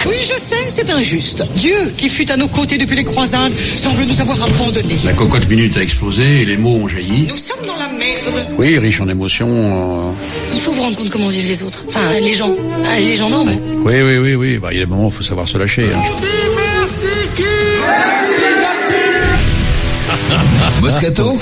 Oui, je sais, c'est injuste. Dieu, qui fut à nos côtés depuis les croisades, semble nous avoir abandonnés. La cocotte minute a explosé et les mots ont jailli. Nous sommes dans la merde. Oui, riche en émotions. Il faut vous rendre compte comment vivent les autres. Enfin, les gens normaux. Oui. Bah, il y a des moments où il faut savoir se lâcher. Moscato,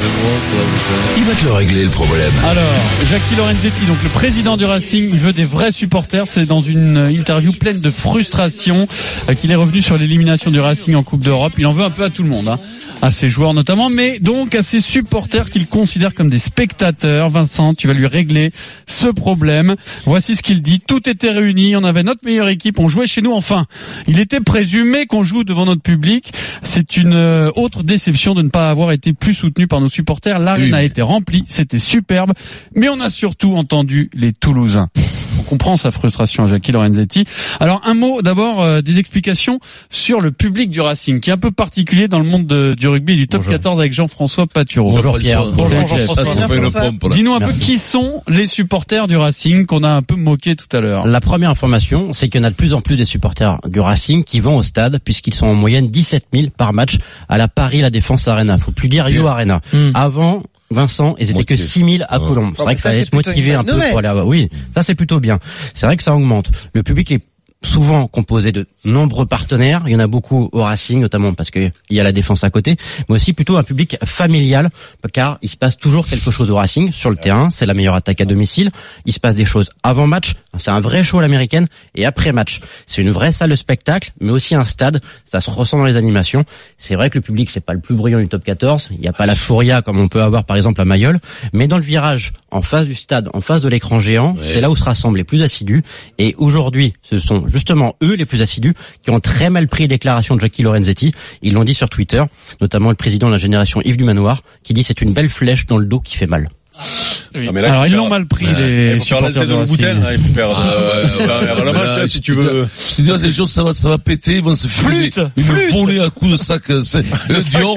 il va te le régler le problème. Alors, Jackie Lorenzetti, donc le président du Racing, il veut des vrais supporters. C'est dans une interview pleine de frustration qu'il est revenu sur l'élimination du Racing en Coupe d'Europe. Il en veut un peu à tout le monde, à ses joueurs notamment, mais donc à ses supporters qu'il considère comme des spectateurs. Vincent, tu vas lui régler ce problème. Voici ce qu'il dit. Tout était réuni, on avait notre meilleure équipe, on jouait chez nous enfin. Il était présumé qu'on joue devant notre public. C'est une autre déception de ne pas avoir été plus soutenu par nos supporters. L'arène a été remplie, c'était superbe, mais on a surtout entendu les Toulousains. On comprend sa frustration à Jackie Lorenzetti. Alors un mot d'abord des explications sur le public du Racing, qui est un peu particulier dans le monde du rugby et du top 14 avec Jean-François Patureau. Bonjour Pierre. Bonjour Jean-François. Dis-nous un peu qui sont les supporters du Racing qu'on a un peu moqué tout à l'heure. La première information, c'est qu'il y en a de plus en plus des supporters du Racing qui vont au stade, puisqu'ils sont en moyenne 17 000 par match à la Paris La Défense Arena. Faut plus dire Rio Arena. Avant, Vincent, ils étaient que 6 000 à Colombes. C'est vrai que ça laisse motiver un peu pour aller à... Oui, ça c'est plutôt bien. C'est vrai que ça augmente. Le public est souvent composé de nombreux partenaires. Il y en a beaucoup au Racing, notamment parce qu'il y a la Défense à côté, mais aussi plutôt un public familial, car il se passe toujours quelque chose au Racing sur le terrain. C'est la meilleure attaque à domicile. Il se passe des choses avant match. C'est un vrai show à l'américaine, et après match. C'est une vraie salle de spectacle, mais aussi un stade. Ça se ressent dans les animations. C'est vrai que le public, c'est pas le plus bruyant du top 14. Il n'y a pas la Fouria comme on peut avoir par exemple à Mayol, mais dans le virage, en face du stade, en face de l'écran géant, c'est là où se rassemblent les plus assidus. Et aujourd'hui, ce sont justement eux les plus assidus qui ont très mal pris les déclarations de Jackie Lorenzetti. Ils l'ont dit sur Twitter, notamment le président de la génération Yves du Manoir, qui dit c'est une belle flèche dans le dos qui fait mal. Oui. Alors ils l'ont mal pris les supporters de Racing. Il faut faire la match si tu veux. Je te dis c'est sûr ça va péter, ils vont se faire une volée à coups de sac, Dior,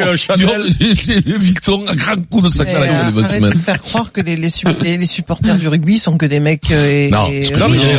les Vuitton à grands coups de sac à la gueule. Arrête de faire croire que les supporters du rugby sont que des mecs non, il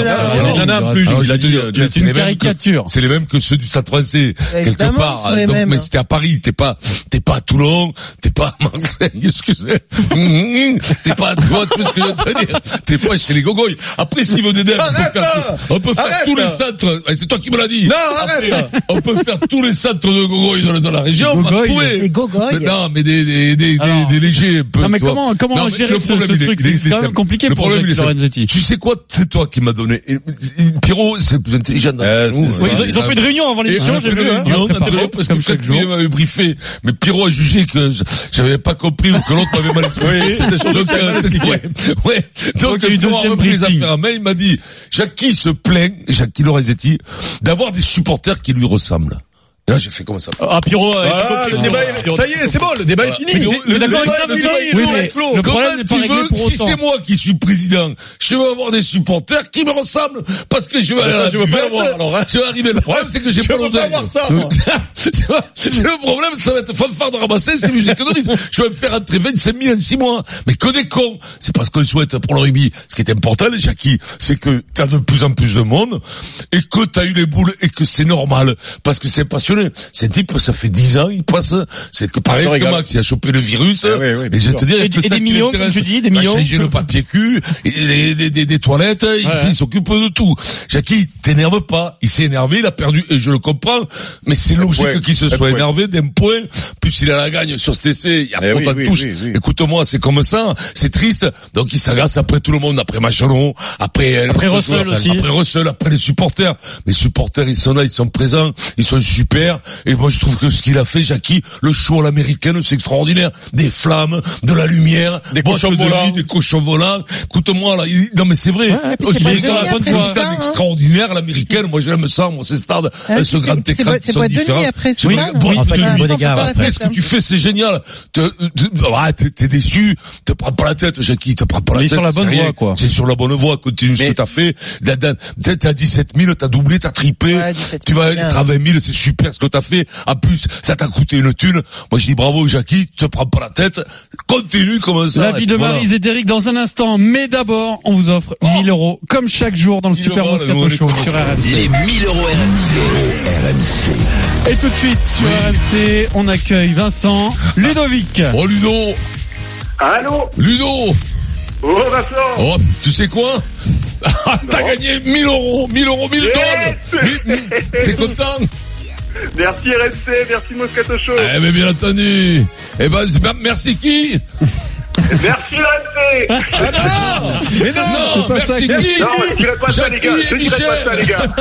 y en a un plus, il a dit c'est une caricature. C'est les mêmes que ceux du Stade Français quelque part. Donc mais c'était à Paris, t'es pas à Toulon, t'es pas à Marseille, excusez. T'es pas, tu vois tout ce que je veux te dire. T'es pas chez les gogoys. Après, s'il veut des on peut faire tous les centres. C'est toi qui me l'as dit. Non, arrête. On peut faire tous les centres de gogoys dans la région. On va trouver. Les gogoys. Non, mais des légers. Non, mais comment gérer ce truc? C'est quand même compliqué pour Jackie Lorenzetti. Tu sais quoi? C'est toi qui m'as donné. Pierrot, c'est plus intelligent. Ils ont fait une réunion avant l'émission, j'ai vu. Parce que Fred m'avait briefé. Mais Pierrot a jugé que j'avais pas compris ou que l'autre m'avait mal expliqué. Donc il a repris les affaires en main, il m'a dit, Jackie se plaint, Jackie Lorenzetti, d'avoir des supporters qui lui ressemblent. Et là, j'ai fait comment ça? Pierrot, le débat, ça y est, c'est bon, le débat est fini. Le problème n'est pas réglé pour autant. Si c'est moi qui suis président, je veux avoir des supporters qui me ressemblent, parce que je veux aller je veux pas l'avoir, alors, je vais arriver. Le problème, c'est que j'ai pas l'oseille. Le problème, ça va être fanfare de ramasser, c'est musique de risque. Je vais me faire entrer 25 000 en 6 mois. Mais que des cons. C'est parce qu'on le souhaite pour le rugby. Ce qui est important, Jackie, c'est que t'as de plus en plus de monde, et que t'as eu les boules, et que c'est normal. Parce que c'est passionnant. C'est un type, ça fait 10 ans, il passe. C'est que pareil que Max, il a chopé le virus. Et je vais te dire, et des millions, comme tu dis, des millions. Il a changé le papier cul, des toilettes, il s'occupe de tout. Jackie, t'énerve pas. Il s'est énervé, il a perdu, et je le comprends. Mais c'est logique qu'il se soit énervé d'un point. Plus il a la gagne sur cet essai, il y a trop de touches. Écoute-moi, c'est comme ça. C'est triste. Donc il s'agace après tout le monde, après Machelon, après Russell aussi. Après Russell, après les supporters. Les supporters, ils sont là, ils sont présents, ils sont super. Et moi, je trouve que ce qu'il a fait, Jackie, le show à l'américaine, c'est extraordinaire. Des flammes, de la lumière, des cochons volants. Écoute-moi, là, non, mais c'est vrai. C'est stade extraordinaire, l'américaine. Moi, j'aime ça, ces stades, ce grand écran qui sont différents. Après, ce que tu fais, c'est génial. T'es déçu, te prends pas la tête, Jackie, te prends pas la tête. Sur la bonne voie, quoi. C'est sur la bonne voie, continue ce que t'as fait. T'as 17 000, t'as doublé, t'as triplé. Tu vas être à 20 000, c'est super, ce que t'as fait. En plus, ça t'a coûté une thune. Moi, je dis bravo, Jackie, tu te prends pas la tête. Continue comme ça. La vie de Maryse et d'Éric dans un instant. Mais d'abord, on vous offre 1000 euros, comme chaque jour dans le Super Moscato Show sur RMC. Les 1000 euros RMC. Et tout de suite sur RMC, on accueille Vincent, Ludovic. Oh, Ludo. Allô? Ludo. Oh, Vincent. Oh, tu sais quoi? T'as gagné 1000 euros, 1000 tonnes. T'es content? Merci RMC, merci Moscato Show. Eh ben, bien entendu. Eh ben, merci qui? Merci RMC. Mais non, merci qui? Non, je dirais pas ça, les gars. Je dirais pas ça, les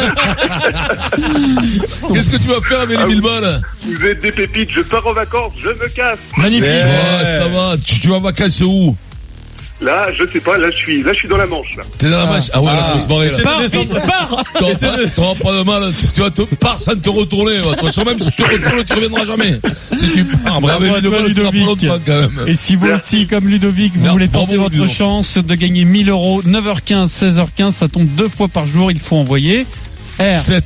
gars. Qu'est-ce que tu vas faire avec les 1000 balles? Vous êtes des pépites, je pars en vacances, je me casse. Magnifique. Ouais, ça va. Tu vas en vacances où? Là, je sais pas, là, je suis dans la Manche, là. T'es dans la Manche? Ah ouais, là, faut se barrer, là. Pars. T'auras pas de mal, tu vas te pars sans te retourner, toi. Soit même si tu te retournes, tu reviendras jamais. Si tu pars, bravo, Ludovic. Et si vous aussi, comme Ludovic, vous voulez tenter votre chance de gagner 1000 euros, 9h15, 16h15, ça tombe 2 fois par jour, il faut envoyer R 7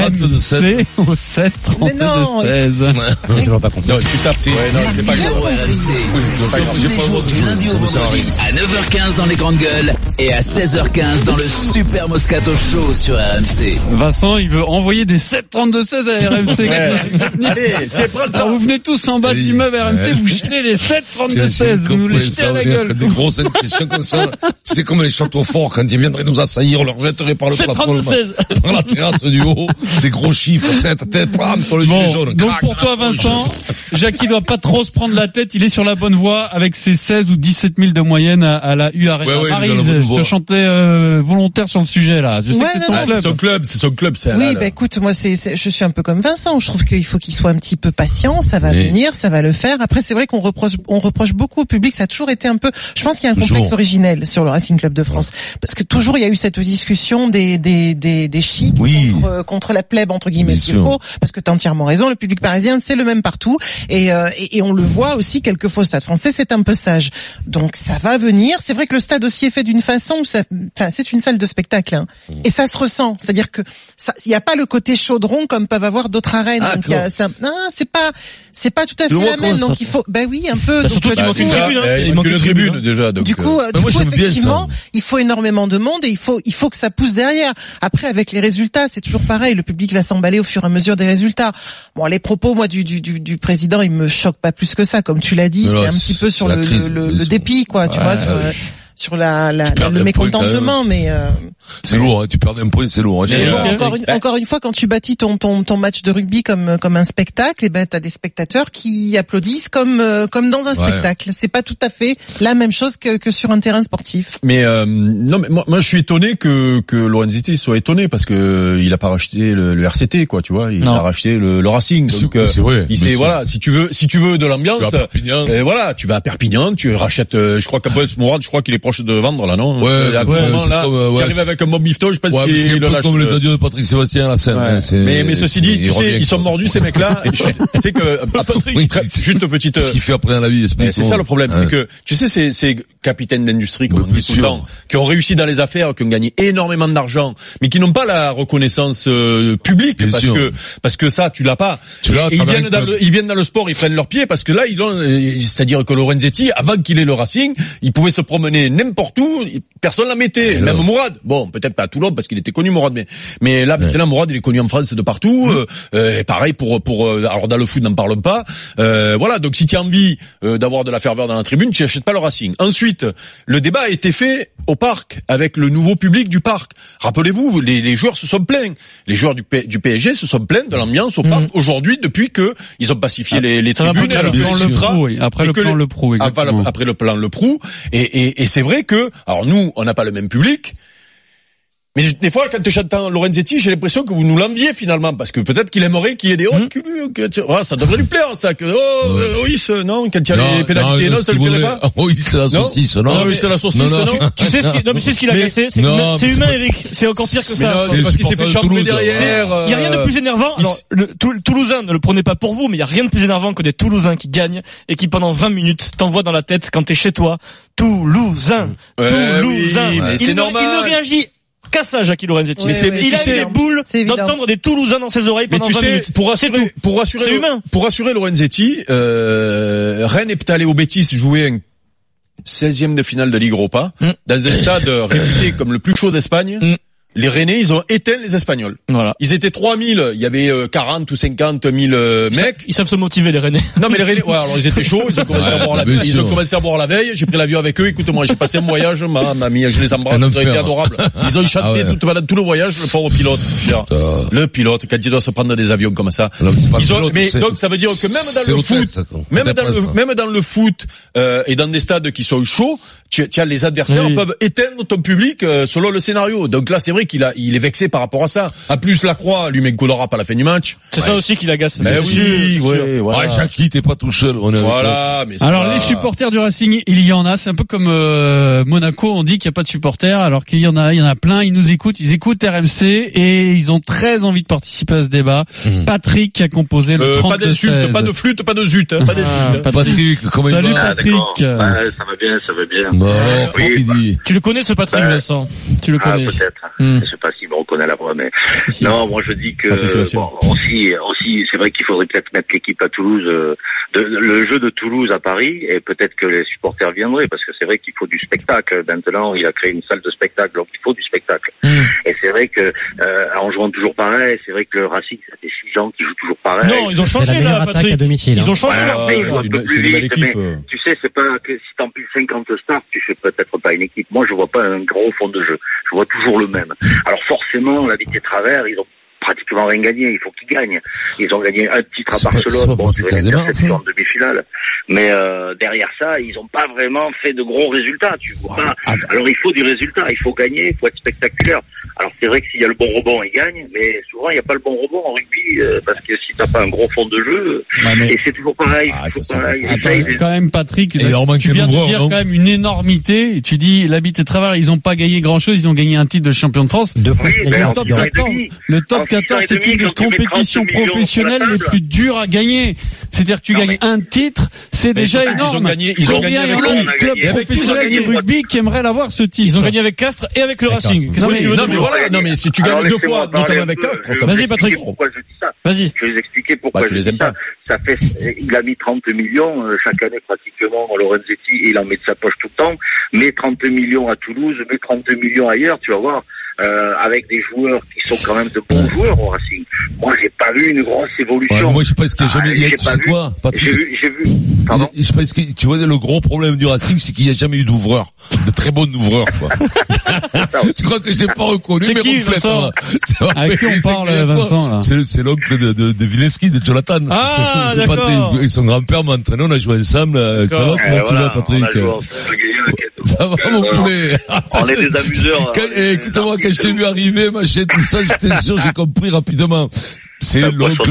C au 7 32 16. Je vois pas compris. Non, tu tapes. Ouais, non, c'est pas grave. RMC. Tous les jours du lundi au vendredi à 9h15 dans les grandes gueules et à 16h15 dans le Super Moscato Show sur RMC. Vincent, il veut envoyer des 7 32 16 à RMC. Allez, tiens, prends ça. Alors vous venez tous en bas de l'immeuble RMC, vous jetez les 7 32 16, vous nous les jetez à la gueule. Des grosses questions comme ça. C'est comme les châteaux forts, quand ils viendraient nous assaillir, on leur jetterait par le plafond. Par la terrasse du haut, des gros chiffres, 7 tête, bam, sur le gilet jaune. Donc crac, pour toi Vincent, Jackie doit pas trop se prendre la tête, il est sur la bonne voie avec ses 16 ou 17 000 de moyenne à la U Arena. Ouais, Maryse, je te chantais volontaire sur le sujet là. Je sais que C'est son club, c'est Oui, bah écoute, moi je suis un peu comme Vincent. Je trouve qu'il faut qu'il soit un petit peu patient. Ça va venir, ça va le faire. Après, c'est vrai qu'on reproche beaucoup au public. Ça a toujours été un peu. Je pense qu'il y a un complexe originel sur le Racing Club de France, parce que toujours il y a eu cette discussion des chics contre la plèbe entre guillemets. Il faut, parce que t'as entièrement raison. Le public parisien, c'est le même partout, et on le voit aussi quelquefois au Stade Français. C'est un peu sage. Donc ça va venir. C'est vrai que le stade aussi est fait d'une façon où c'est une salle de spectacle, hein, et ça se ressent. C'est-à-dire que il y a pas le côté chaudron comme peuvent avoir d'autres arènes. Donc c'est pas tout à fait la même. Donc il faut, un peu. Surtout qu'il manque une tribune. Il manque une tribune déjà. Du coup, effectivement, il faut énormément de monde et il faut que ça pousse derrière. Après, avec les résultats, c'est toujours pareil. Le public va s'emballer au fur et à mesure des résultats. Bon, les propos, moi, du président, ils me choquent pas plus que ça. Comme tu l'as dit, c'est un petit peu sur le dépit, quoi. Tu vois, sur le mécontentement, mais c'est lourd, hein, tu perds un point, c'est lourd. Hein. Mais encore une fois, quand tu bâtis ton match de rugby comme un spectacle, et t'as des spectateurs qui applaudissent comme dans un spectacle. C'est pas tout à fait la même chose que sur un terrain sportif. Mais non, mais moi je suis étonné que Lorenzetti soit étonné, parce que il a pas racheté le RCT, quoi, tu vois, il a racheté le Racing. Donc c'est vrai. Il sait, voilà, si tu veux de l'ambiance, voilà, tu vas à Perpignan, tu rachètes. Je crois qu'Abouel Mourad, je crois qu'il est proche de vendre là, non? J'arrive avec un Bob Bifto, je pense qu'il le lâche. Comme les adieux de Patrick Sébastien à la scène. Mais ceci dit, tu sais, ils sont mordus ces mecs-là. Tu sais que juste petite. Ce qu'il fait après dans la vie. C'est ça le problème, c'est que tu sais ces capitaines d'industrie, comme on dit tout le temps, qui ont réussi dans les affaires, qui ont gagné énormément d'argent, mais qui n'ont pas la reconnaissance publique, parce que ça tu l'as pas. Et ils viennent dans le sport, ils prennent leurs pieds, parce que là c'est-à-dire que Lorenzetti, avant qu'il ait le Racing, il pouvait se promener n'importe où, personne la mettait, même Mourad. Bon, peut-être pas à Toulon parce qu'il était connu Mourad, mais là maintenant Mourad il est connu en France de partout. Et pareil pour alors dans le foot n'en parlons pas. Voilà, donc si tu as envie d'avoir de la ferveur dans la tribune, tu n'achètes pas le Racing. Ensuite, le débat a été fait au parc avec le nouveau public du parc. Rappelez-vous, les joueurs se sont plaints. Les joueurs du PSG se sont plaints de l'ambiance au parc aujourd'hui depuis que ils ont pacifié les tribunes. Après le plan Le Prou. Après le plan Le Prou. Et c'est vrai que, alors nous, on n'a pas le même public. Mais des fois, quand j'entends Lorenzetti, j'ai l'impression que vous nous l'enviez finalement, parce que peut-être qu'il aimerait qu'il y ait des ça devrait lui plaire, ça, que non, quand il y a les pénalités, non, ça lui plairait pas. Oui, c'est la saucisse, non. Non, mais c'est la saucisse, non. Tu sais ce qu'il a cassé, c'est humain, Eric. C'est encore pire que ça. C'est parce qu'il s'est fait chambrer derrière. Il y a rien de plus énervant. Alors, Toulousain, ne le prenez pas pour vous, mais il y a rien de plus énervant que des Toulousains qui gagnent et qui pendant 20 minutes t'envoient dans la tête quand t'es chez toi. Toulousain. C'est normal. Il ne réagit casse ça, Jackie Lorenzetti. Ouais, Mais ouais, il a c'est eu les évident. boules C'est évident. d'entendre des Toulousains dans ses oreilles Mais pendant tu 20 sais, minutes. pour rassurer Lorenzetti, Rennes est allé au Betis jouer un 16e de finale de Ligue Europa dans un stade réputé comme le plus chaud d'Espagne. Les Rennais, ils ont éteint les Espagnols. Voilà. Ils étaient 3000, il y avait 40 ou 50 000 mecs. Ils savent se motiver, les Rennais. Non, mais les Rennais, ouais, alors ils étaient chauds, ils ont commencé à boire la veille, j'ai pris l'avion avec eux, écoute-moi, j'ai passé un voyage, ma mamie, je les embrasse, ils ont été adorables. Ils ont chanté tout le voyage, le pauvre pilote. Le pilote, quand il doit se prendre des avions comme ça. Donc ça veut dire que même dans le foot, et dans des stades qui sont chauds, tu as les adversaires peuvent éteindre ton public, selon le scénario. Donc là, c'est vrai qu'il est vexé par rapport à ça. En plus, la Croix lui met un coup de rap à la fin du match. C'est ça aussi qui l'agace. Mais oui, voilà. Jackie, t'es pas tout seul. Alors les supporters du Racing, il y en a. C'est un peu comme Monaco. On dit qu'il n'y a pas de supporters, alors qu'il y en a plein. Ils nous écoutent, ils écoutent RMC et ils ont très envie de participer à ce débat. Patrick qui a composé le 32-16. Pas d'insultes, pas de flûte, pas de zut. Pas d'insultes. Patrick, comment il va? Salut Patrick. Ça va bien. Oui. Tu le connais ce Patrick, Vincent? Tu le connais? Peut-être. Je sais pas s'il me reconnaît la voix, mais non, moi je dis que aussi, c'est vrai qu'il faudrait peut-être mettre l'équipe à Toulouse, le jeu de Toulouse à Paris, et peut-être que les supporters viendraient, parce que c'est vrai qu'il faut du spectacle. Maintenant, il a créé une salle de spectacle, donc il faut du spectacle. Et c'est vrai que en jouant toujours pareil, c'est vrai que le Racing, ça fait 6 ans qu'ils jouent toujours pareil. Non, ils ont changé là, Patrick. À domicile, ils ont changé leur jeu. Un peu plus vite, mais tu sais, c'est pas que si t'empiles 50 stars, tu fais peut-être pas une équipe. Moi, je vois pas un gros fond de jeu. Je vois toujours le même. Alors forcément, la Vite et Travers, ils ont pratiquement rien gagné. Il faut qu'ils gagnent. Ils ont gagné un titre à Barcelone, sur une interception en demi-finale. Mais derrière ça, ils n'ont pas vraiment fait de gros résultats. Tu vois pas. Alors il faut du résultat, il faut gagner, il faut être spectaculaire. Alors c'est vrai que s'il y a le bon rebond, ils gagnent, mais souvent il n'y a pas le bon rebond en rugby, parce que si t'as pas un gros fond de jeu, et c'est toujours pareil. Quand même Patrick, tu viens de dire quand même une énormité. Tu dis la Bite et Travers, ils n'ont pas gagné grand-chose, ils ont gagné un titre de champion de France. Le top 14, c'est une des compétitions professionnelles les plus dures à gagner. C'est-à-dire que tu gagnes un titre, c'est déjà énorme. Ils ont gagné avec le club professionnel du rugby qui aimerait l'avoir ce titre. Ils ont gagné avec Castres et avec le Racing. Non mais si tu gagnes 2 fois, notamment avec Castres, ça. Vas-y Patrick. Pourquoi je dis ça? Vas-y. Je vais vous expliquer pourquoi je dis ça. Ça fait, il a mis 30 millions chaque année pratiquement. Lorenzetti, il en met de sa poche tout le temps. Met 30 millions à Toulouse, met 32 millions ailleurs. Tu vas voir. Avec des joueurs qui sont quand même de bons joueurs au Racing. Moi, j'ai pas vu une grosse évolution. Moi, je pense qu'il n'y a jamais eu, c'est quoi, Patrick? J'ai vu. Pardon? Je pense que, tu vois, le gros problème du Racing, c'est qu'il n'y a jamais eu d'ouvreurs. De très bons ouvreurs, quoi. Tu crois que je l'ai pas reconnu? C'est qui, Vincent? Avec qui on parle, Vincent, là? C'est l'oncle de Vileski, de Jonathan. Ah, d'accord. Et son grand-père m'a entraîné, on a joué ensemble. Ça va, comment tu vas, Patrick? Ça va, mon poulet. On est des amuseurs. Écoute-moi, quand je t'ai vu arriver, machin, tout ça, j'étais sûr, j'ai compris rapidement. C'est l'oncle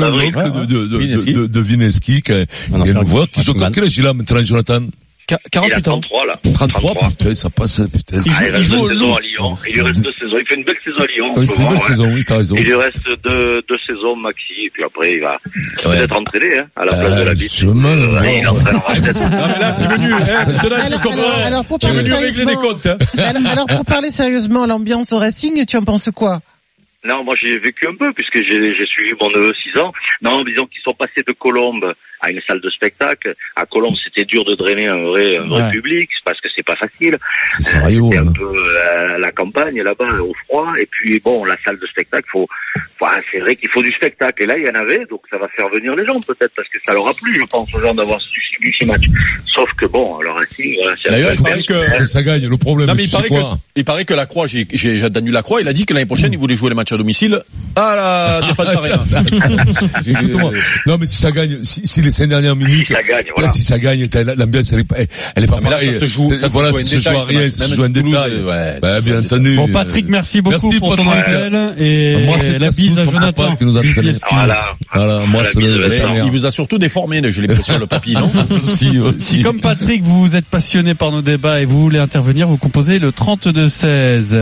de Vineski, qui est le joueur qui joue comme quel âge il a maintenant, Jonathan? 48 ans. 33, là. 33, putain, ça passe, putain. Il joue une saison à Lyon. Il lui reste 2 saisons. Il fait une belle saison à Lyon. Il fait une belle saison, oui, t'as raison. Il lui reste 2 saisons maxi, et puis après, il va peut-être entraîner, à la place de la Bite. Il entraînera peut-être. Non, mais là, t'es venu, alors, pour t'es parler venu régler des comptes, alors, pour parler sérieusement, l'ambiance au Racing, tu en penses quoi? Non, moi j'ai vécu un peu puisque j'ai suivi mon neveu 6 ans. Non, disons qu'ils sont passés de Colombes à une salle de spectacle. À Colombes, c'était dur de drainer un vrai public parce que c'est pas facile. C'est un peu la campagne là-bas au froid. Et puis bon, la salle de spectacle, c'est vrai qu'il faut du spectacle. Et là, il y en avait, donc ça va faire venir les gens peut-être parce que ça leur a plu, je pense, aux gens d'avoir suivi ces matchs. Sauf que bon, alors Racing, d'ailleurs, il paraît que ça gagne. Le problème. Non, mais il paraît que la Croix, j'ai Daniel Lacroix, il a dit que l'année prochaine, il voulait jouer les matchs à domicile à la Défense Arena. Non, mais si ça gagne, si les 5 dernières minutes, si ça gagne, l'ambiance, elle est pas pareille. Ça se joue, voilà, ça se joue à rien, ça se joue en détail. Bien entendu. Bon, Patrick, merci beaucoup pour ton appel et la bise à Jonathan qui nous a entraîné. Voilà, moi, il vous a surtout déformé, j'ai l'impression, le papy, non? Si comme Patrick, vous êtes passionné par nos débats et vous voulez intervenir, vous composez le 32-16.